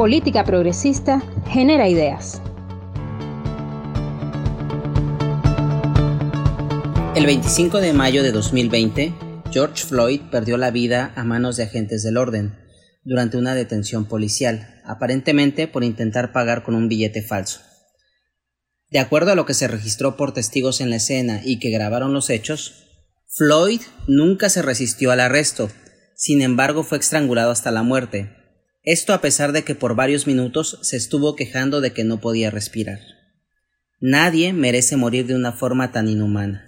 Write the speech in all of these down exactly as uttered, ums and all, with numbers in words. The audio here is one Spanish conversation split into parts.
política progresista genera ideas. El veinticinco de mayo de dos mil veinte, George Floyd perdió la vida a manos de agentes del orden durante una detención policial, aparentemente por intentar pagar con un billete falso. De acuerdo a lo que se registró por testigos en la escena y que grabaron los hechos, Floyd nunca se resistió al arresto, sin embargo fue estrangulado hasta la muerte. Esto a pesar de que por varios minutos se estuvo quejando de que no podía respirar. Nadie merece morir de una forma tan inhumana.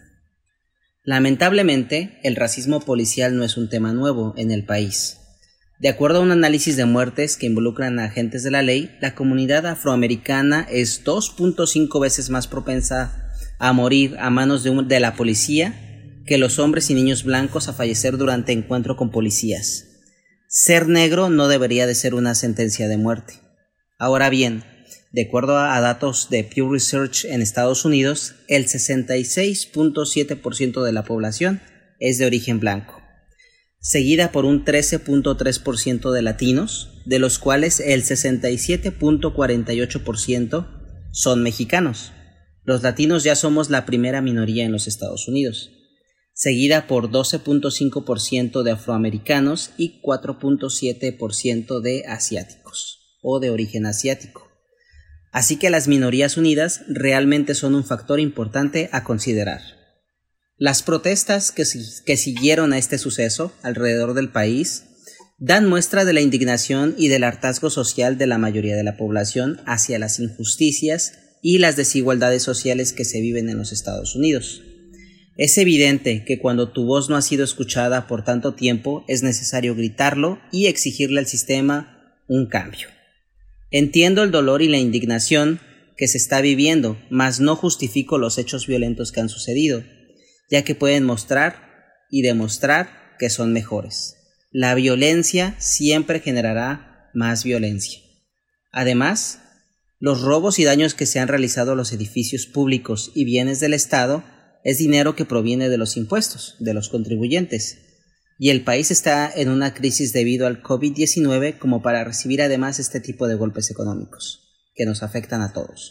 Lamentablemente, el racismo policial no es un tema nuevo en el país. De acuerdo a un análisis de muertes que involucran a agentes de la ley, la comunidad afroamericana es dos punto cinco veces más propensa a morir a manos de, un, de la policía que los hombres y niños blancos a fallecer durante encuentro con policías. Ser negro no debería de ser una sentencia de muerte. Ahora bien, de acuerdo a datos de Pew Research en Estados Unidos, el sesenta y seis punto siete por ciento de la población es de origen blanco, seguida por un trece punto tres por ciento de latinos, de los cuales el sesenta y siete punto cuarenta y ocho por ciento son mexicanos. Los latinos ya somos la primera minoría en los Estados Unidos, seguida por doce punto cinco por ciento de afroamericanos y cuatro punto siete por ciento de asiáticos o de origen asiático. Así que las minorías unidas realmente son un factor importante a considerar. Las protestas que, que siguieron a este suceso alrededor del país dan muestra de la indignación y del hartazgo social de la mayoría de la población hacia las injusticias y las desigualdades sociales que se viven en los Estados Unidos. Es evidente que cuando tu voz no ha sido escuchada por tanto tiempo, es necesario gritarlo y exigirle al sistema un cambio. Entiendo el dolor y la indignación que se está viviendo, mas no justifico los hechos violentos que han sucedido, ya que pueden mostrar y demostrar que son mejores. La violencia siempre generará más violencia. Además, los robos y daños que se han realizado a los edificios públicos y bienes del Estado es dinero que proviene de los impuestos, de los contribuyentes, y el país está en una crisis debido al COVID diecinueve como para recibir además este tipo de golpes económicos, que nos afectan a todos.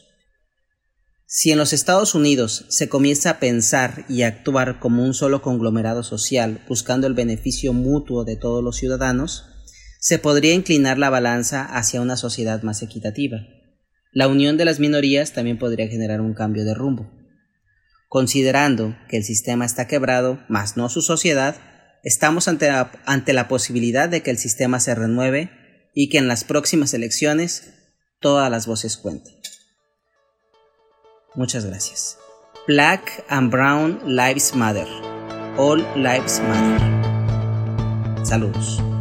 Si en los Estados Unidos se comienza a pensar y a actuar como un solo conglomerado social buscando el beneficio mutuo de todos los ciudadanos, se podría inclinar la balanza hacia una sociedad más equitativa. La unión de las minorías también podría generar un cambio de rumbo. Considerando que el sistema está quebrado, mas no su sociedad, estamos ante la, ante la posibilidad de que el sistema se renueve y que en las próximas elecciones todas las voces cuenten. Muchas gracias. Black and Brown Lives Matter. All Lives Matter. Saludos.